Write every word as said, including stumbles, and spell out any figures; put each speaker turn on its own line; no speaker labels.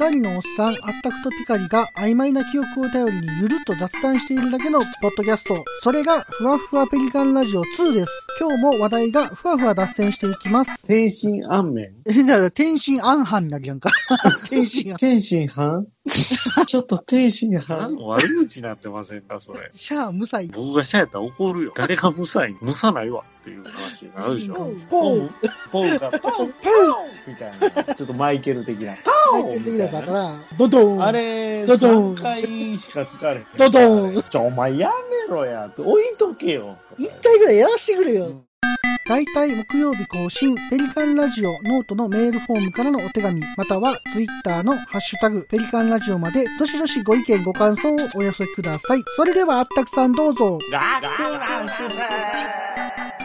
人のおっさん、あったくとピカリが曖昧な記憶を頼りにゆるっと雑談しているだけのポッドキャスト。それがふわふわペリカンラジオツーです。今日も話題がふわふわ脱線していきます。
天津安麺
え、だから天津安飯になるやんか。天津
天津飯ちょっと天津飯
何の悪口になってませんか、それ。
シャア無才。
僕がシャアやったら怒るよ。誰が無才無さないわっていう話になるでしょ。
ポウポウか、ポウポウみたいな。ちょっとマイケル的な。
マイケル的なだったら、ドドン。
あれ、
ドドン
さんかいしか使われへん。
ドドン。
ちょ、お前やめろや。置いとけよ。
一回ぐらいやらせてくれよ。だいたい木曜日更新、ペリカンラジオノートのメールフォームからのお手紙、またはツイッターのハッシュタグ、ペリカンラジオまで、どしどしご意見ご感想をお寄せください。それではあったくさんどうぞ。
学ランシュ